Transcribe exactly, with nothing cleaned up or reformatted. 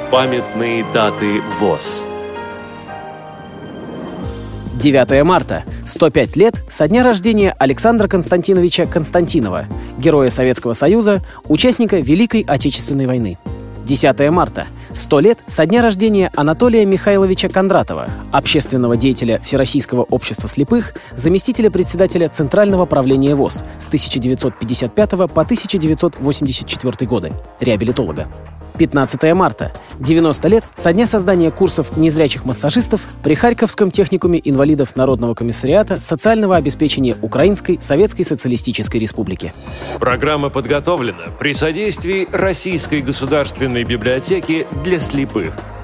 Памятные даты ВОС. девятое марта. сто пять лет со дня рождения Александра Константиновича Константинова, героя Советского Союза, участника Великой Отечественной войны. десятое марта. сто лет со дня рождения Анатолия Михайловича Кондратова, общественного деятеля Всероссийского общества слепых, заместителя председателя Центрального правления ВОС с тысяча девятьсот пятьдесят пятого по тысяча девятьсот восемьдесят четвёртый годы, реабилитолога. пятнадцатое марта. девяносто лет со дня создания курсов незрячих массажистов при Харьковском техникуме инвалидов Народного комиссариата социального обеспечения Украинской Советской Социалистической Республики. Программа подготовлена при содействии Российской государственной библиотеки для слепых.